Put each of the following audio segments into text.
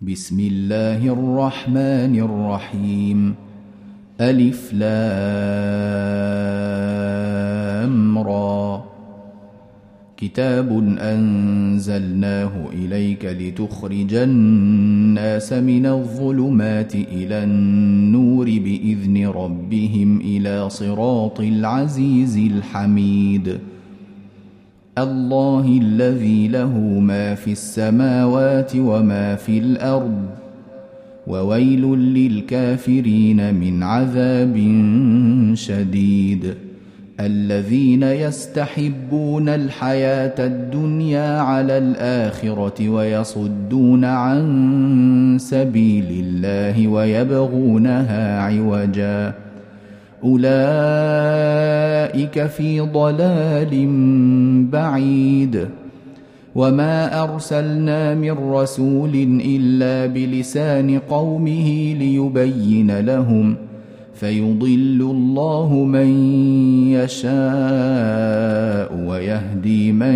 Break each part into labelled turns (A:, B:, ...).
A: بسم الله الرحمن الرحيم. ألف لام را. كتاب أنزلناه إليك لتخرج الناس من الظلمات إلى النور بإذن ربهم إلى صراط العزيز الحميد. الله الذي له ما في السماوات وما في الأرض، وويل للكافرين من عذاب شديد. الذين يستحبون الحياة الدنيا على الآخرة ويصدون عن سبيل الله ويبغونها عوجا، أولئك في ضلال بعيد. وما أرسلنا من رسول إلا بلسان قومه ليبين لهم، فيضل الله من يشاء ويهدي من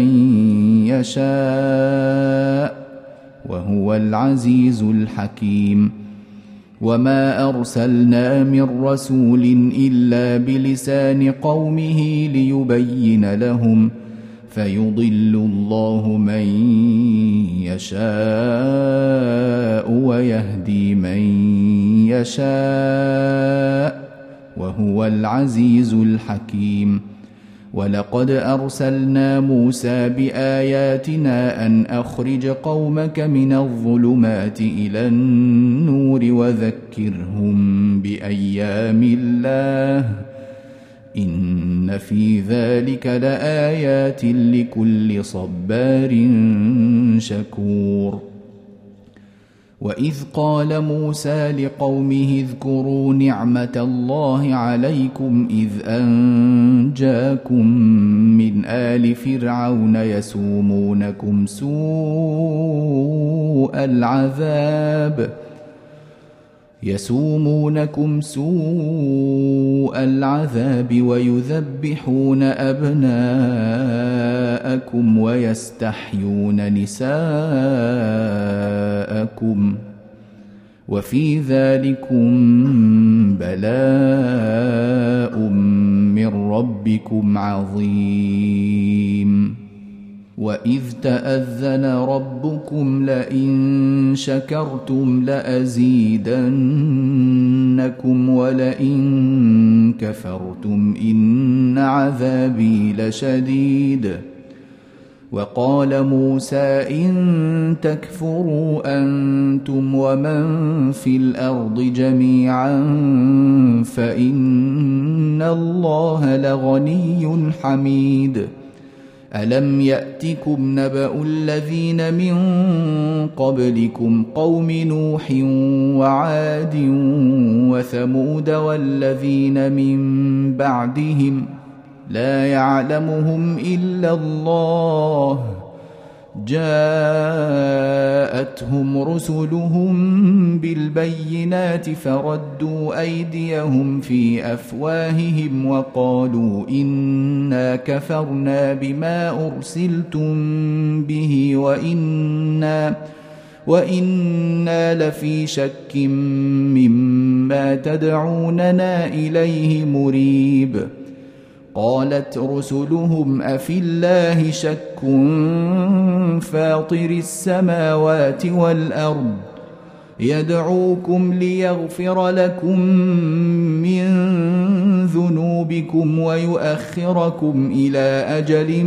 A: يشاء، وهو العزيز الحكيم. وما أرسلنا من رسول إلا بلسان قومه ليبين لهم، فيضل الله من يشاء ويهدي من يشاء، وهو العزيز الحكيم. ولقد أرسلنا موسى بآياتنا أن أخرج قومك من الظلمات إلى النور وذكرهم بأيام الله، إن في ذلك لآيات لكل صبار شكور. وإذ قال موسى لقومه اذكروا نعمة الله عليكم إذ أنجاكم من آل فرعون يسومونكم سوء العذاب ويذبحون أبناءكم ويستحيون نساءكم، وفي ذلكم بلاء من ربكم عظيم. وإذ تأذن ربكم لئن شكرتم لأزيدنكم ولئن كفرتم إن عذابي لشديد. وقال موسى إن تكفروا أنتم ومن في الأرض جميعا فإن الله لغني حميد. ألم يأتكم نبأ الذين من قبلكم قوم نوح وعاد وثمود والذين من بعدهم لا يعلمهم إلا الله، جاءتهم رسلهم بالبينات فردوا أيديهم في أفواههم وقالوا إنا كفرنا بما أرسلتم به وإنا لفي شك مما تدعوننا إليه مريب. قالت رسلهم أفي الله شك فاطر السماوات والأرض يدعوكم ليغفر لكم من ذنوبكم ويؤخركم إلى أجل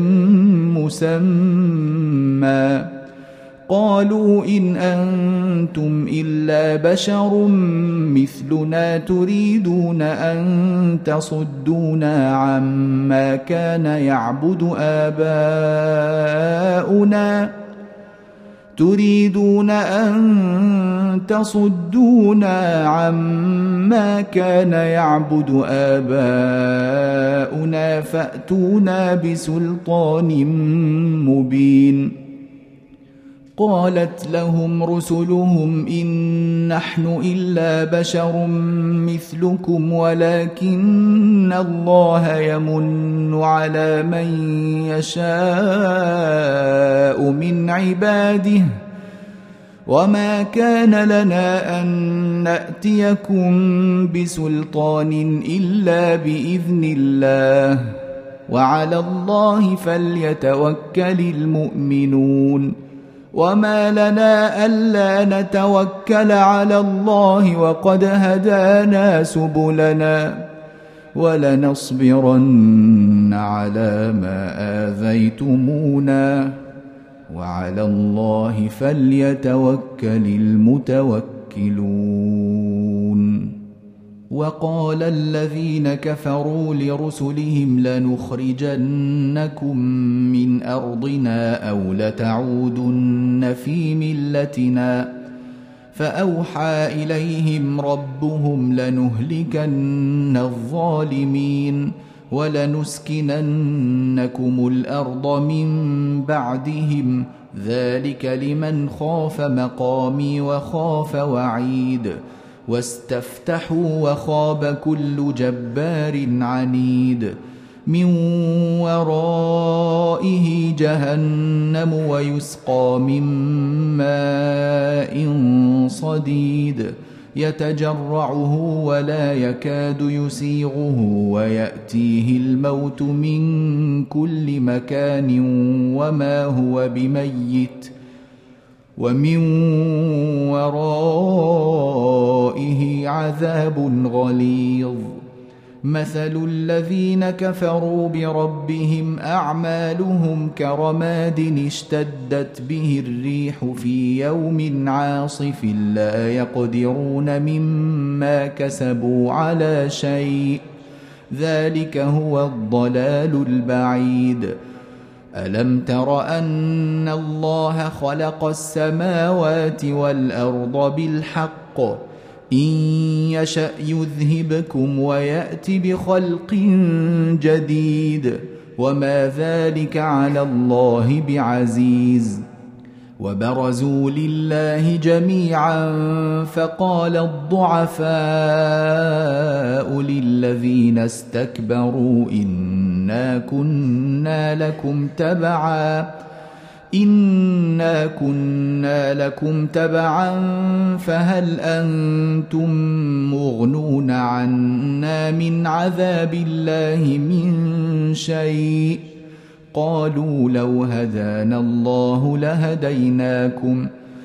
A: مسمى. قالوا إن أنتم إلا بشر مثلنا تريدون أن تصدونا عما كان يعبد آباؤنا فأتونا بسلطان مبين. قالت لهم رسلهم إن نحن إلا بشر مثلكم ولكن الله يمن على من يشاء من عباده وما كان لنا أن نأتيكم بسلطان إلا بإذن الله وعلى الله فليتوكل المؤمنون وما لنا ألا نتوكل على الله وقد هدانا سبلنا ولنصبرن على ما آذيتمونا وعلى الله فليتوكل المتوكلون. وقال الذين كفروا لرسلهم لنخرجنكم من أرضنا أو لتعودن في ملتنا فأوحى إليهم ربهم لنهلكن الظالمين ولنسكننكم الأرض من بعدهم ذلك لمن خاف مقامي وخاف وعيد واستفتحوا وخاب كل جبار عنيد من ورائه جهنم ويسقى من ماء صديد يتجرعه ولا يكاد يسيغه ويأتيه الموت من كل مكان وما هو بميت ومن ورائه عذاب غليظ. مثل الذين كفروا بربهم أعمالهم كرماد اشتدت به الريح في يوم عاصف لا يقدرون مما كسبوا على شيء ذلك هو الضلال البعيد. ألم تر أن الله خلق السماوات والأرض بالحق إن يشأ يذهبكم ويأت بخلق جديد وما ذلك على الله بعزيز. وبرزوا لله جميعا فقال الضعفاء للذين استكبروا إنا كنا لكم تبعا فهل أنتم مغنون عنا من عذاب الله من شيء قالوا لو هدانا الله لهديناكم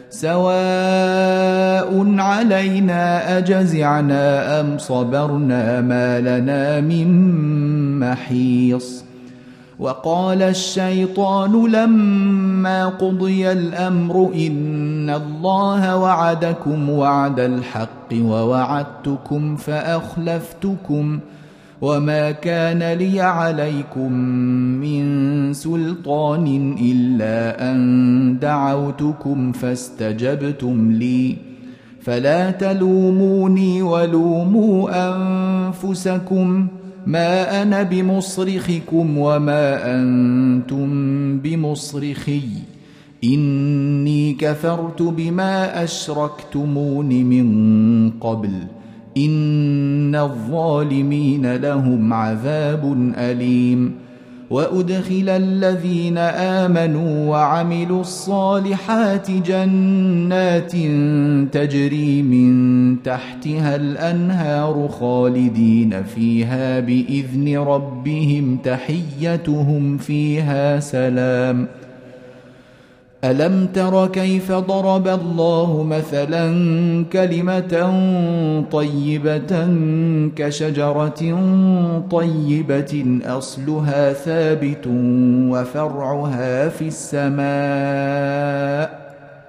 A: سواء علينا أجزعنا أم صبرنا ما لنا من محيص. وقال الشيطان لما قضي الأمر إن الله وعدكم وعد الحق ووعدتكم فأخلفتكم وما كان لي عليكم من سلطان إلا أن دعوتكم فاستجبتم لي فلا تلوموني ولوموا أنفسكم ما أنا بمصرخكم وما أنتم بمصرخي إني كفرت بما أشركتمون من قبل إن الظالمين لهم عذاب أليم. وأدخل الذين آمنوا وعملوا الصالحات جنات تجري من تحتها الأنهار خالدين فيها بإذن ربهم تحيتهم فيها سلام. ألم تر كيف ضرب الله مثلا كلمة طيبة كشجرة طيبة أصلها ثابت وفرعها في السماء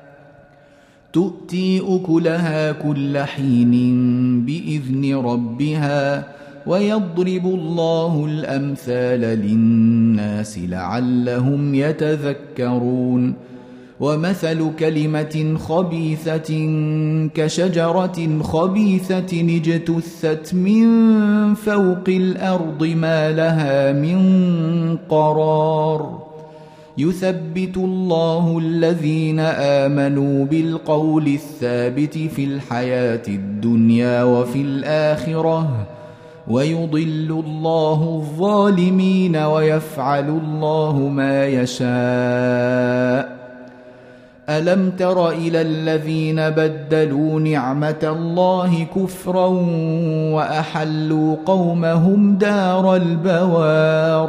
A: تؤتي أكلها كل حين بإذن ربها ويضرب الله الأمثال للناس لعلهم يتذكرون. ومثل كلمة خبيثة كشجرة خبيثة اجتثت من فوق الأرض ما لها من قرار يثبت الله الذين آمنوا بالقول الثابت في الحياة الدنيا وفي الآخرة ويضل الله الظالمين ويفعل الله ما يشاء. ألم تر إلى الذين بدلوا نعمة الله كفرا وأحلوا قومهم دار البوار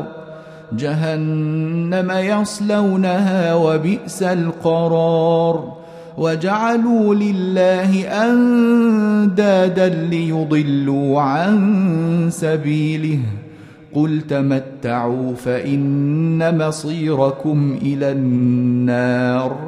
A: جهنم يصلونها وبئس القرار وجعلوا لله أندادا ليضلوا عن سبيله قل تمتعوا فإن مصيركم إلى النار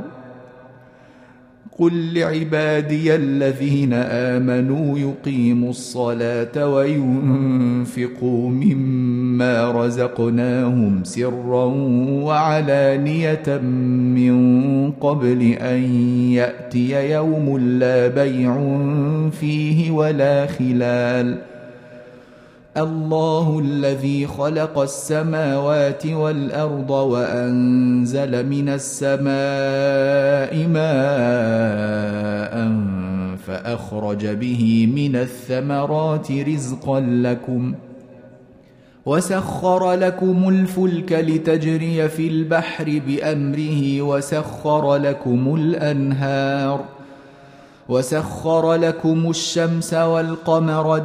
A: قل لعبادي الذين آمنوا يقيموا الصلاة وينفقوا مما رزقناهم سرا وعلانية من قبل أن يأتي يوم لا بيع فيه ولا خلال الله الذي خلق السماوات والأرض وأنزل من السماء ماء فأخرج به من الثمرات رزقا لكم وسخر لكم الفلك لتجري في البحر بأمره وسخر لكم الشمس والقمر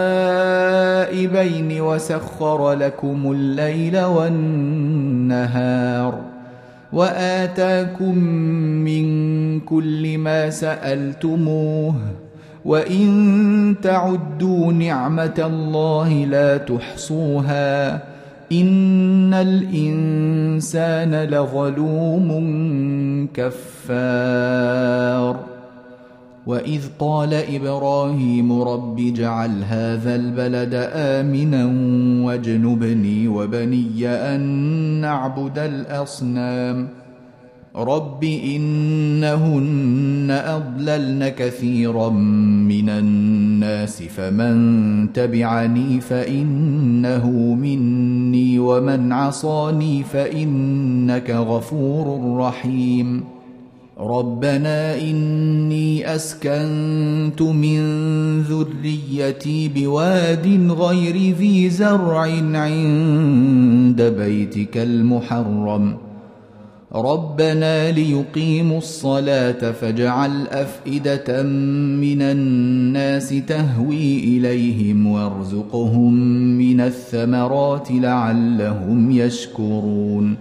A: دائبين وسخر لكم الليل والنهار وآتاكم من كل ما سألتموه وإن تعدوا نعمة الله لا تحصوها إن الإنسان لظلوم كفار وإذ قال إبراهيم رب اجعل هذا البلد آمنا واجنبني وبني أن نعبد الأصنام رب إنهن أضللن كثيرا من الناس فمن تبعني فإنه مني ومن عصاني فإنك غفور رحيم ربنا إني أسكنت من ذريتي بواد غير ذي زرع عند بيتك المحرم ربنا ليقيموا الصلاة فاجعل أفئدة من الناس تهوي إليهم وارزقهم من الثمرات لعلهم يشكرون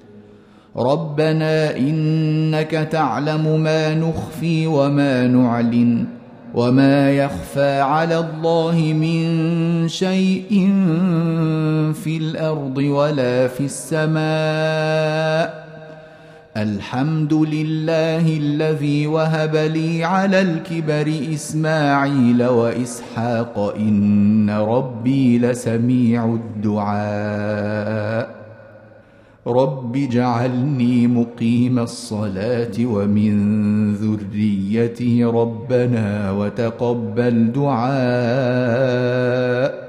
A: ربنا إنك تعلم ما نخفي وما نعلن وما يخفى على الله من شيء في الأرض ولا في السماء الحمد لله الذي وهب لي على الكبر إسماعيل وإسحاق إن ربي لسميع الدعاء رب اجعلني مقيم الصلاة ومن ذريتي ربنا وتقبل دعاء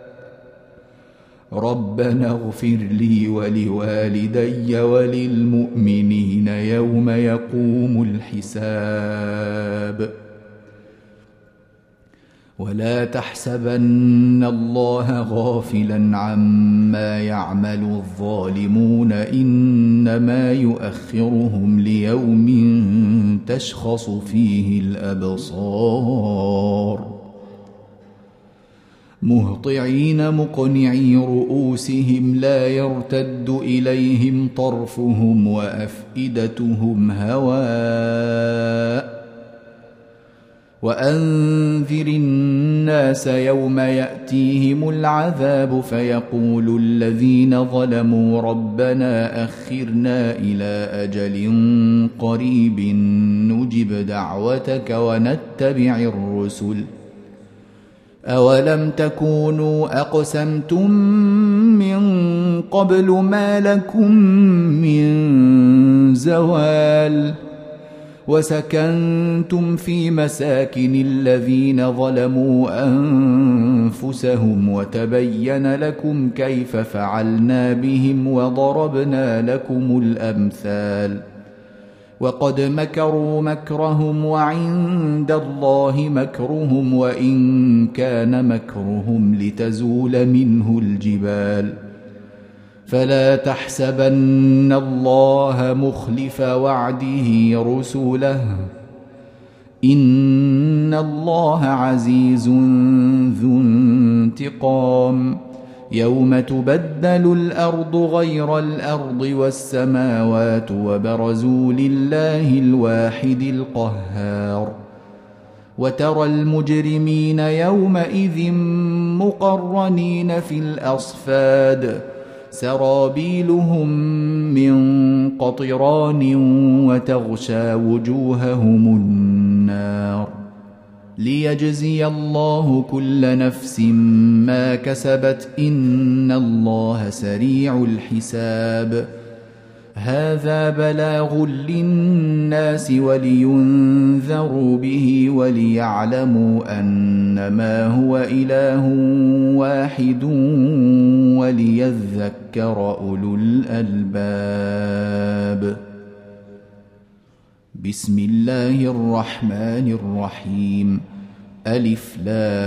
A: ربنا اغفر لي ولوالدي وللمؤمنين يوم يقوم الحساب ولا تحسبن الله غافلا عما يعمل الظالمون إنما يؤخرهم ليوم تشخص فيه الأبصار مهطعين مقنعي رؤوسهم لا يرتد إليهم طرفهم وأفئدتهم هواء وأنذر الناس يوم يأتيهم العذاب فيقول الذين ظلموا ربنا أخرنا إلى أجل قريب نجب دعوتك ونتبع الرسل أولم تكونوا أقسمتم من قبل ما لكم من زوال وسكنتم في مساكن الذين ظلموا أنفسهم وتبين لكم كيف فعلنا بهم وضربنا لكم الأمثال وقد مكروا مكرهم وعند الله مكرهم وإن كان مكرهم لتزول منه الجبال فلا تحسبن الله مخلف وعده رسله إن الله عزيز ذو انتقام يوم تبدل الأرض غير الأرض والسماوات وبرزوا لله الواحد القهار وترى المجرمين يومئذ مقرنين في الأصفاد سرابيلهم من قطران وتغشى وجوههم النار ليجزي الله كل نفس ما كسبت إن الله سريع الحساب هذا بلاغ للناس ولينذروا به وليعلموا أنما هو إله واحد وليذكر أولو الألباب بسم الله الرحمن الرحيم ألف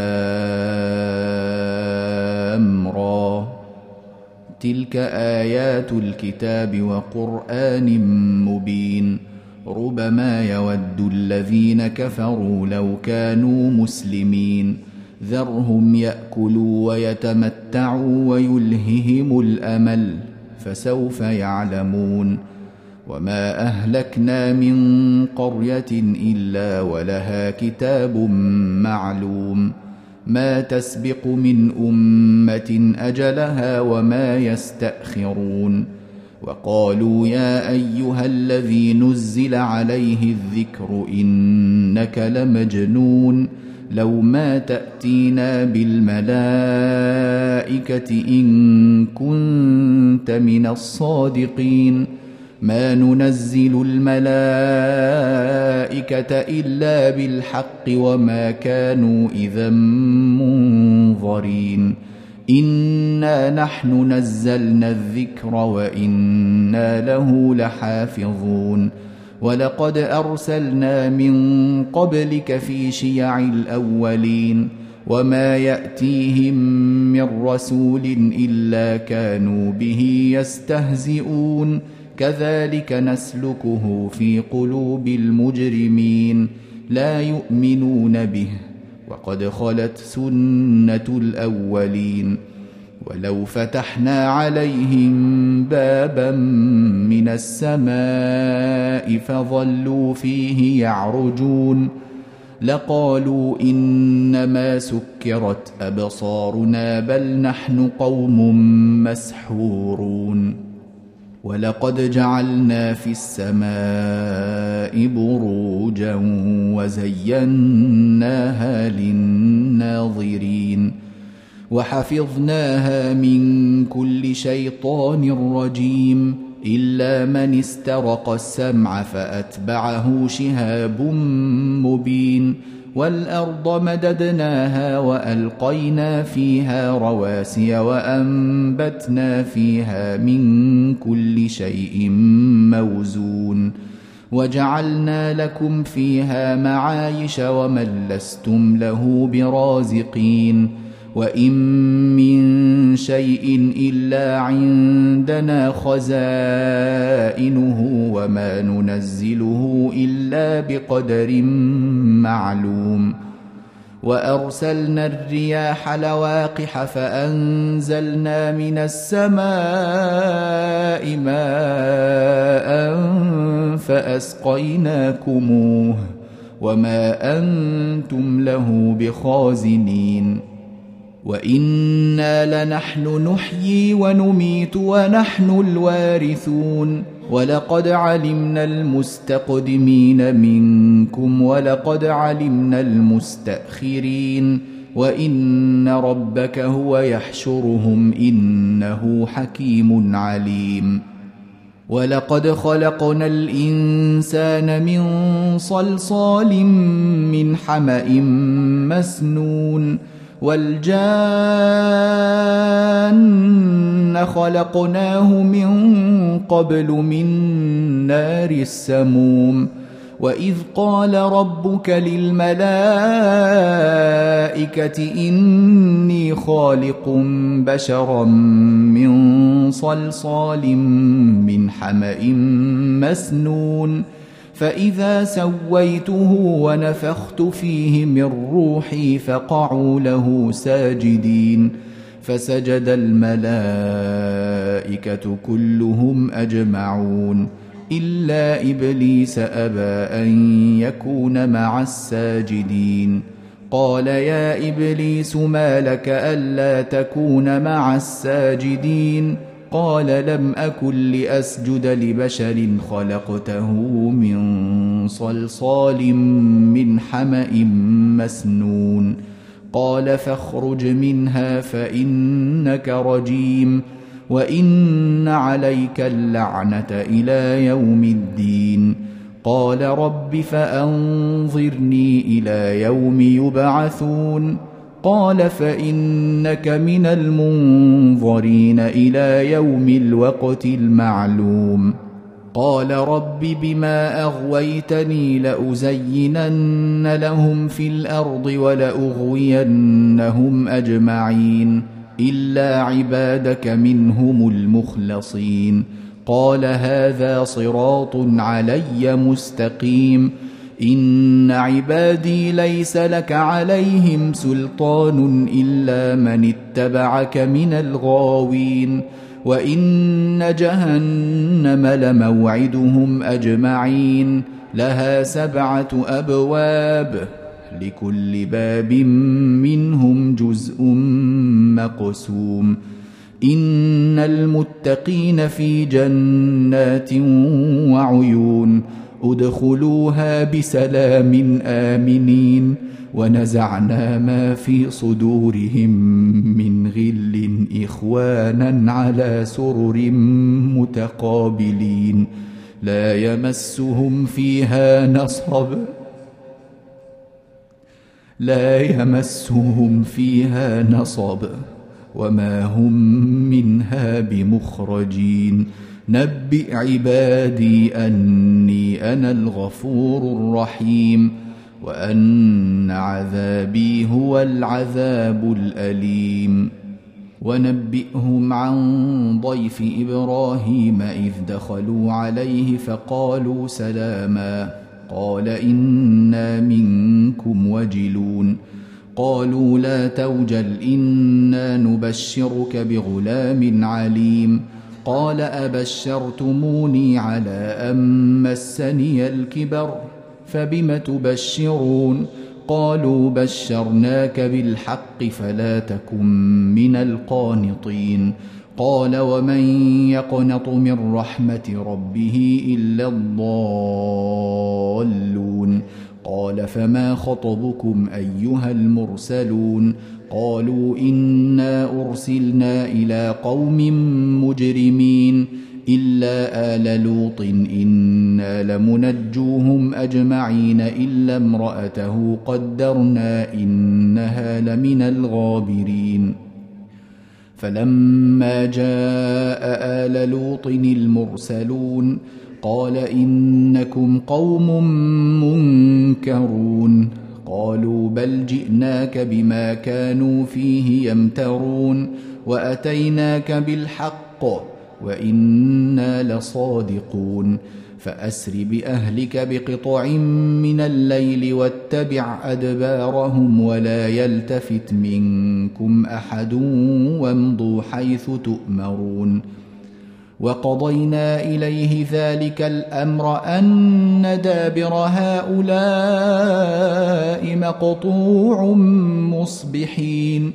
A: لام را تلك آيات الكتاب وقرآن مبين ربما يود الذين كفروا لو كانوا مسلمين ذرهم يأكلوا ويتمتعوا ويلههم الأمل فسوف يعلمون وما أهلكنا من قرية إلا ولها كتاب معلوم ما تسبق من أمة أجلها وما يستأخرون وقالوا يا أيها الذي نزل عليه الذكر إنك لمجنون لو ما تأتينا بالملائكة إن كنت من الصادقين ما ننزل الملائكة إلا بالحق وما كانوا إذا منظرين إنا نحن نزلنا الذكر وإنا له لحافظون ولقد أرسلنا من قبلك في شيع الأولين وما يأتيهم من رسول إلا كانوا به يستهزئون كذلك نسلكه في قلوب المجرمين لا يؤمنون به وقد خلت سنة الأولين ولو فتحنا عليهم بابا من السماء فظلوا فيه يعرجون لقالوا إنما سكرت أبصارنا بل نحن قوم مسحورون ولقد جعلنا في السماء بروجا وزيناها للناظرين وحفظناها من كل شيطان رجيم إلا من استرق السمع فأتبعه شهاب مبين والأرض مددناها وألقينا فيها رواسي وأنبتنا فيها من كل شيء موزون وجعلنا لكم فيها معايش ومن لستم له برازقين وإن من شيء إلا عندنا خزائنه وما ننزله إلا بقدر معلوم وأرسلنا الرياح لواقح فأنزلنا من السماء ماء فأسقيناكموه وما أنتم له بخازنين وإنا لنحن نحيي ونميت ونحن الوارثون ولقد علمنا المستقدمين منكم ولقد علمنا المستأخرين وإن ربك هو يحشرهم إنه حكيم عليم ولقد خلقنا الإنسان من صلصال من حمأ مسنون والجان خلقناه من قبل من نار السموم وإذ قال ربك للملائكة إني خالق بشرا من صلصال من حمأ مسنون فإذا سويته ونفخت فيه من روحي فقعوا له ساجدين فسجد الملائكة كلهم أجمعون إلا إبليس أبى أن يكون مع الساجدين قال يا إبليس ما لك ألا تكون مع الساجدين قال لم أكن لأسجد لبشر خلقته من صلصال من حمأ مسنون قال فاخرج منها فإنك رجيم وإن عليك اللعنة إلى يوم الدين قال رب فأنظرني إلى يوم يبعثون قال فإنك من المنظرين إلى يوم الوقت المعلوم قال رب بما أغويتني لأزينن لهم في الأرض ولأغوينهم أجمعين إلا عبادك منهم المخلصين قال هذا صراط علي مستقيم إن عبادي ليس لك عليهم سلطان إلا من اتبعك من الغاوين وإن جهنم لموعدهم أجمعين لها 7 أبواب لكل باب منهم جزء مقسوم إن المتقين في جنات وعيون ادخلوها بسلام آمنين ونزعنا ما في صدورهم من غل إخوانا على سرر متقابلين لا يمسهم فيها نصب وما هم منها بمخرجين نبئ عبادي أني أنا الغفور الرحيم وأن عذابي هو العذاب الأليم ونبئهم عن ضيف إبراهيم إذ دخلوا عليه فقالوا سلاما قال إنا منكم وجلون قالوا لا توجل إنا نبشرك بغلام عليم قال أبشرتموني على أن مسني الكبر فبم تبشرون قالوا بشرناك بالحق فلا تكن من القانطين قال ومن يقنط من رحمة ربه إلا الضالون قال فما خطبكم أيها المرسلون قالوا إنا أرسلنا إلى قوم مجرمين إلا آل لوط إنا لمنجوهم أجمعين إلا امرأته قدرنا إنها لمن الغابرين فلما جاء آل لوط المرسلون قال إنكم قوم منكرون قالوا بل جئناك بما كانوا فيه يمترون وأتيناك بالحق وإنا لصادقون فأسر بأهلك بقطع من الليل واتبع أدبارهم ولا يلتفت منكم أحد وامضوا حيث تؤمرون وقضينا إليه ذلك الأمر أن دابر هؤلاء مقطوع مصبحين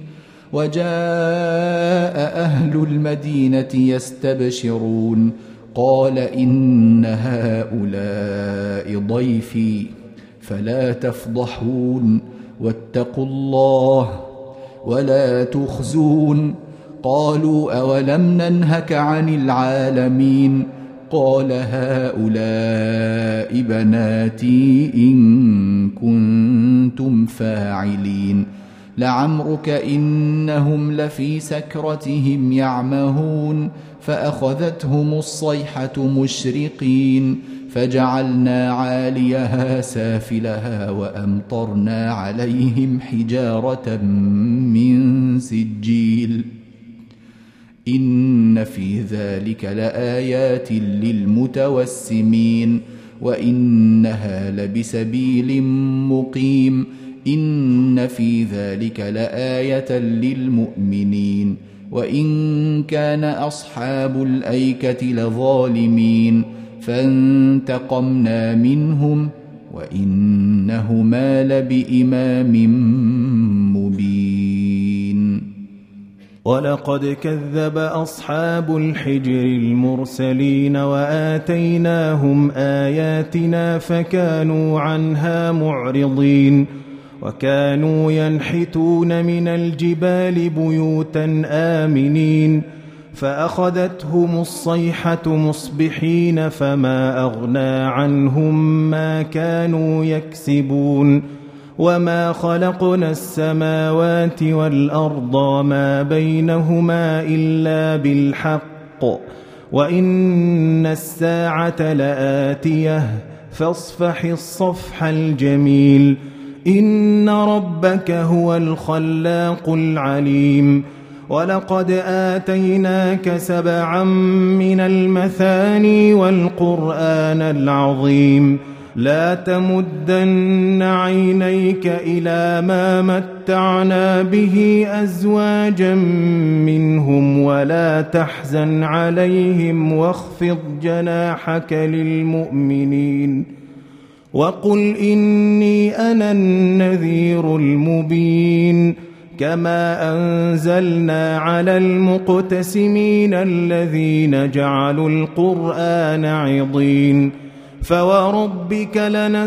A: وجاء أهل المدينة يستبشرون قال إن هؤلاء ضيفي فلا تفضحون واتقوا الله ولا تخزون قالوا أولم ننهك عن العالمين قال هؤلاء بناتي إن كنتم فاعلين لعمرك إنهم لفي سكرتهم يعمهون فأخذتهم الصيحة مشرقين فجعلنا عاليها سافلها وأمطرنا عليهم حجارة من سجيل إن في ذلك لآيات للمتوسمين وإنها لبسبيل مقيم إن في ذلك لآية للمؤمنين وإن كان أصحاب الأيكة لظالمين فانتقمنا منهم وإنهما لبإمام مبين.
B: ولقد كذب أصحاب الحجر المرسلين وآتيناهم آياتنا فكانوا عنها معرضين وكانوا ينحتون من الجبال بيوتا آمنين فأخذتهم الصيحة مصبحين فما أغنى عنهم ما كانوا يكسبون وما خلقنا السماوات والأرض وما بينهما إلا بالحق وإن الساعة لآتية فاصفح الصفح الجميل إن ربك هو الخلاق العليم. ولقد آتيناك 7 من المثاني والقرآن العظيم لا تمدن عينيك إلى ما متعنا به أزواجا منهم ولا تحزن عليهم واخفض جناحك للمؤمنين وقل إني أنا النذير المبين. كما أنزلنا على المقتسمين الذين جعلوا القرآن عضين فوربك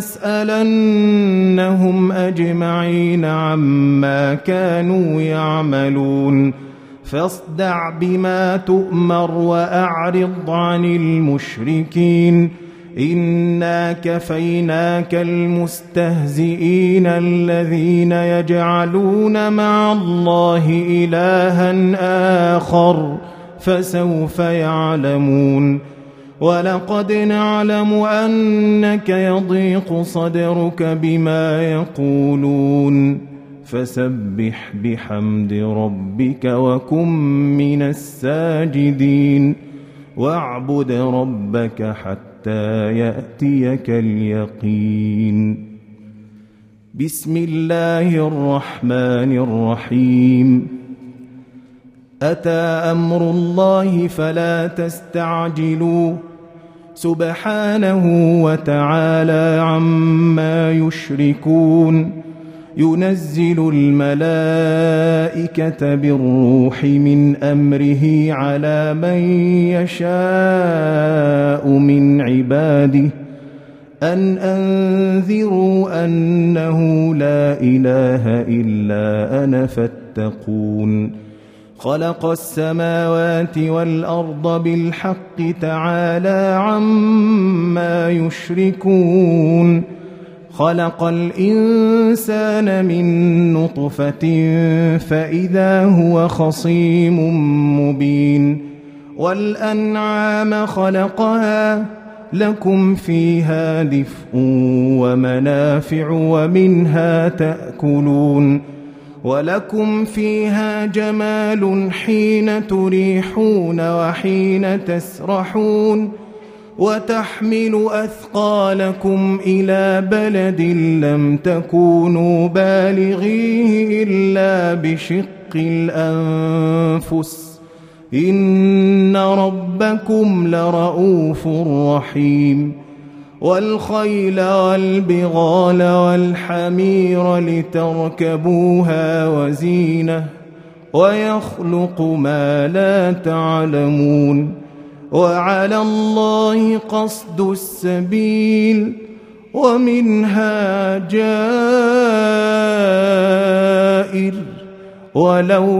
B: لنسألنهم أجمعين عما كانوا يعملون فاصدع بما تؤمر وأعرض عن المشركين إنا كفيناك المستهزئين الذين يجعلون مع الله إلها آخر فسوف يعلمون. ولقد نعلم أنك يضيق صدرك بما يقولون فسبح بحمد ربك وكن من الساجدين واعبد ربك حتى يأتيك اليقين. بسم الله الرحمن الرحيم. أتى أمر الله فلا تستعجلوه سبحانه وتعالى عما يشركون. ينزل الملائكة بالروح من أمره على من يشاء من عباده أن أنذروا أنه لا إله إلا أنا فاتقون. خلق السماوات والأرض بالحق تعالى عما يشركون. خلق الإنسان من نطفة فإذا هو خصيم مبين. والأنعام خلقها لكم فيها دفء ومنافع ومنها تأكلون ولكم فيها جمال حين تريحون وحين تسرحون وتحمل أثقالكم إلى بلد لم تكونوا بالغيه إلا بشق الأنفس إن ربكم لرؤوف رحيم. والخيل والبغال والحمير لتركبوها وزينة ويخلق ما لا تعلمون وعلى الله قصد السبيل ومنها جائر ولو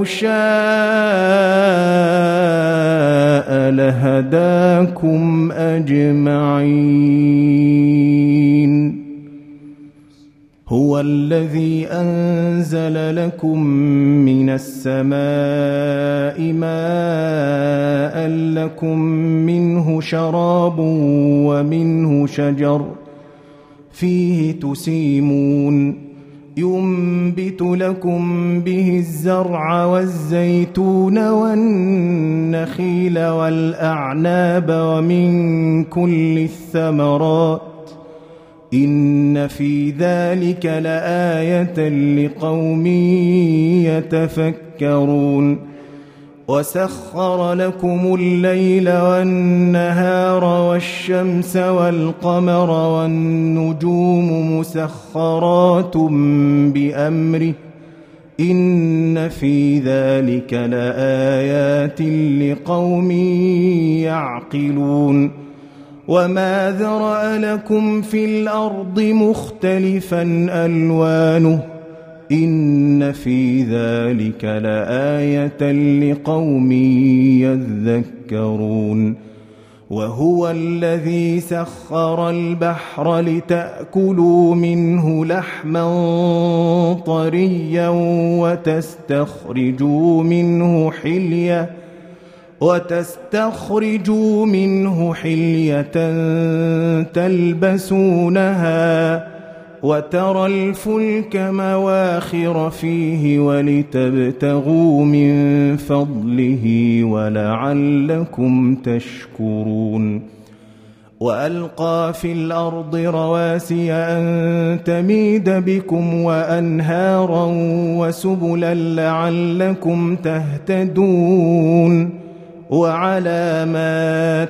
B: شاء لهداكم أجمعين. هو هو الذي أنزل لكم من السماء ماء لكم منه شراب ومنه شجر فيه تسيمون ينبت لكم به الزرع والزيتون والنخيل والأعناب ومن كل الثمرات إن في ذلك لآية لقوم يتفكرون وسخر لكم الليل والنهار والشمس والقمر والنجوم مسخرات بأمره إن في ذلك لآيات لقوم يعقلون وما ذرأ لكم في الأرض مختلفا ألوانه إن في ذلك لآية لقوم يذكرون وهو الذي سخر البحر لتأكلوا منه لحما طريا وتستخرجوا منه حلية تلبسونها وترى الفلك مواخر فيه ولتبتغوا من فضله ولعلكم تشكرون وألقى في الأرض رواسي أن تميد بكم وأنهارا وسبلا لعلكم تهتدون وعلامات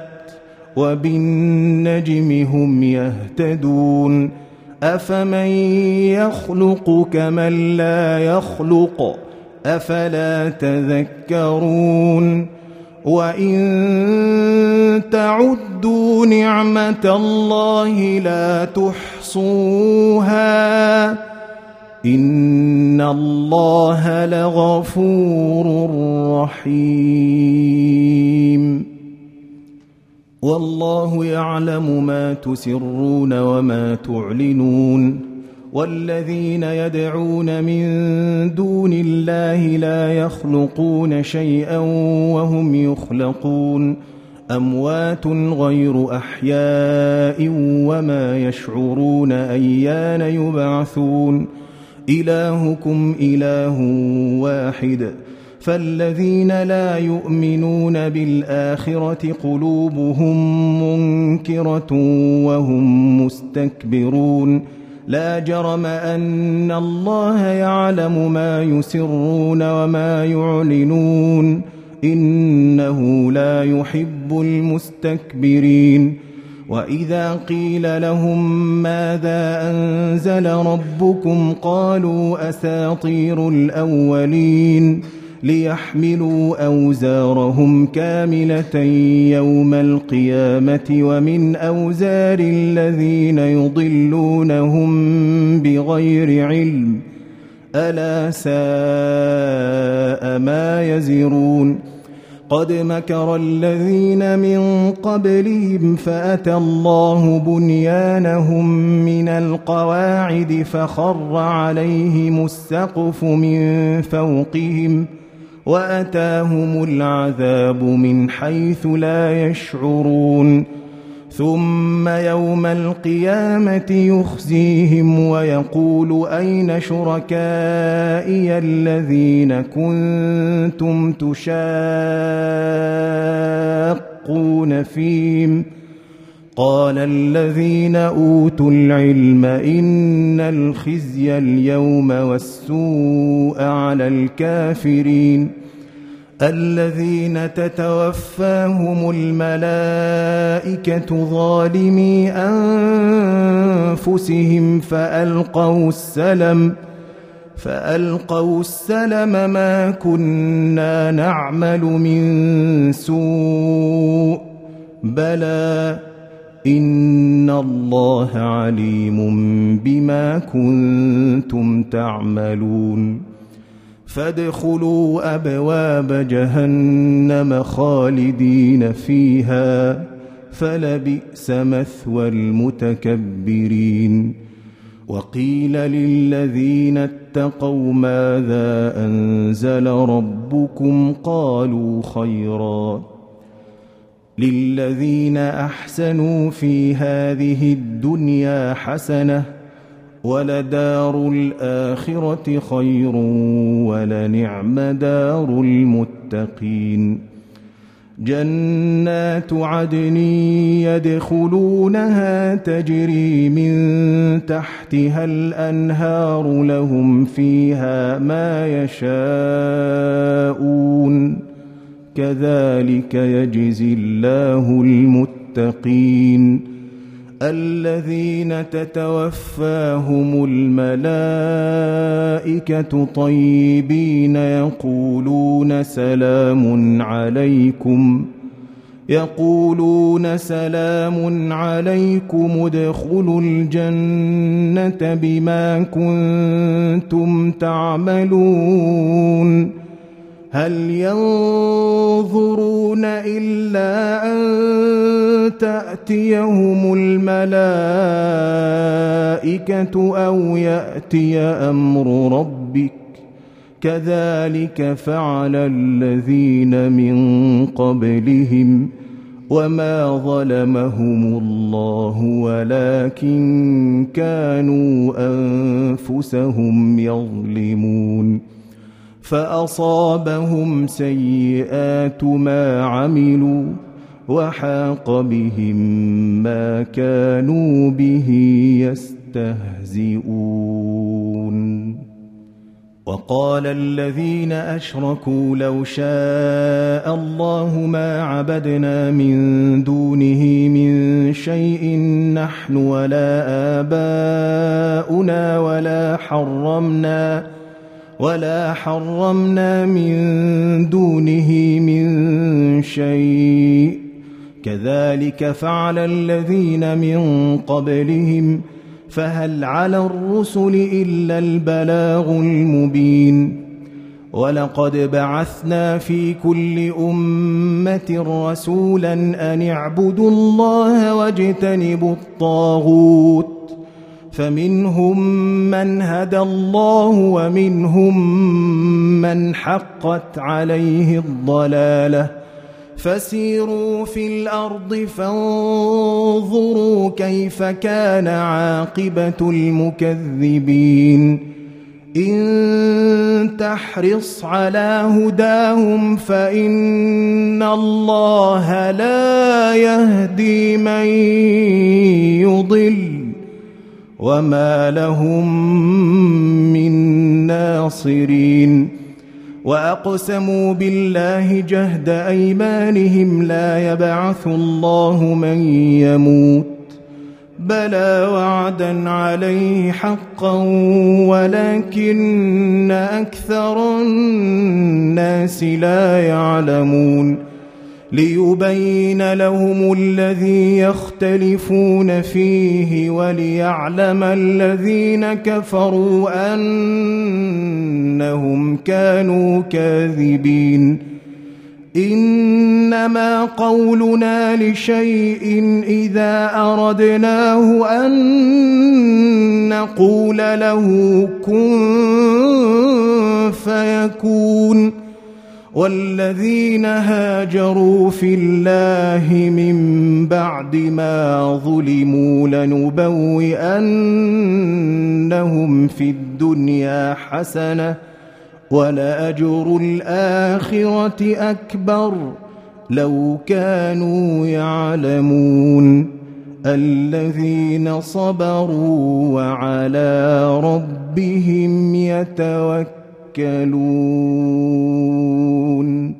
B: وبالنجم هم يهتدون أفمن يخلق كمن لا يخلق أفلا تذكرون وإن تعدوا نعمة الله لا تحصوها إن الله لغفور رحيم والله يعلم ما تسرون وما تعلنون والذين يدعون من دون الله لا يخلقون شيئا وهم يخلقون أموات غير أحياء وما يشعرون أيان يبعثون إلهكم إله واحد فالذين لا يؤمنون بالآخرة قلوبهم منكرة وهم مستكبرون لا جرم أن الله يعلم ما يسرون وما يعلنون إنه لا يحب المستكبرين وإذا قيل لهم ماذا أنزل ربكم قالوا أساطير الأولين ليحملوا أوزارهم كاملة يوم القيامة ومن أوزار الذين يضلونهم بغير علم ألا ساء ما يزرون قد مكر الذين من قبلهم فأتى الله بنيانهم من القواعد فخر عليهم السقف من فوقهم وأتاهم العذاب من حيث لا يشعرون ثم يوم القيامة يخزيهم ويقول أين شركائي الذين كنتم تشاقون فيهم قال الذين أوتوا العلم إن الخزي اليوم والسوء على الكافرين الذين تتوفاهم الملائكة ظالمي أنفسهم فألقوا السلم ما كنا نعمل من سوء بلى إن الله عليم بما كنتم تعملون فادخلوا أبواب جهنم خالدين فيها فلبئس مثوى المتكبرين وقيل للذين اتقوا ماذا أنزل ربكم قالوا خيرا للذين أحسنوا في هذه الدنيا حسنة ولدار الآخرة خير ولنعم دار المتقين جنات عدن يدخلونها تجري من تحتها الأنهار لهم فيها ما يشاءون كذلك يجزي الله المتقين الذين تتوفاهم الملائكة طيبين يقولون سلام عليكم ادخلوا الجنة بما كنتم تعملون هل ينظرون إلا أن تأتيهم الملائكة أو يأتي أمر ربك كذلك فعل الذين من قبلهم وما ظلمهم الله ولكن كانوا أنفسهم يظلمون فأصابهم سيئات ما عملوا وحاق بهم ما كانوا به يستهزئون وقال الذين أشركوا لو شاء الله ما عبدنا من دونه من شيء نحن ولا آباؤنا ولا حرمنا من دونه من شيء كذلك فعل الذين من قبلهم فهل على الرسل إلا البلاغ المبين ولقد بعثنا في كل أمة رسولا أن اعبدوا الله واجتنبوا الطاغوت فمنهم من هدى الله ومنهم من حقت عليه الضلالة فسيروا في الأرض فانظروا كيف كان عاقبة المكذبين إن تحرص على هداهم فإن الله لا يهدي من يضل وما لهم من ناصرين وأقسموا بالله جهد أيمانهم لا يبعث الله من يموت بلى وعدا عليه حقا ولكن أكثر الناس لا يعلمون ليبين لهم الذي يختلفون فيه وليعلم الذين كفروا أنهم كانوا كاذبين إنما قولنا لشيء إذا أردناه أن نقول له كن فيكون والذين هاجروا في الله من بعد ما ظلموا لنبوئنهم في الدنيا حسنة ولأجر الآخرة أكبر لو كانوا يعلمون الذين صبروا وعلى ربهم يتوكلون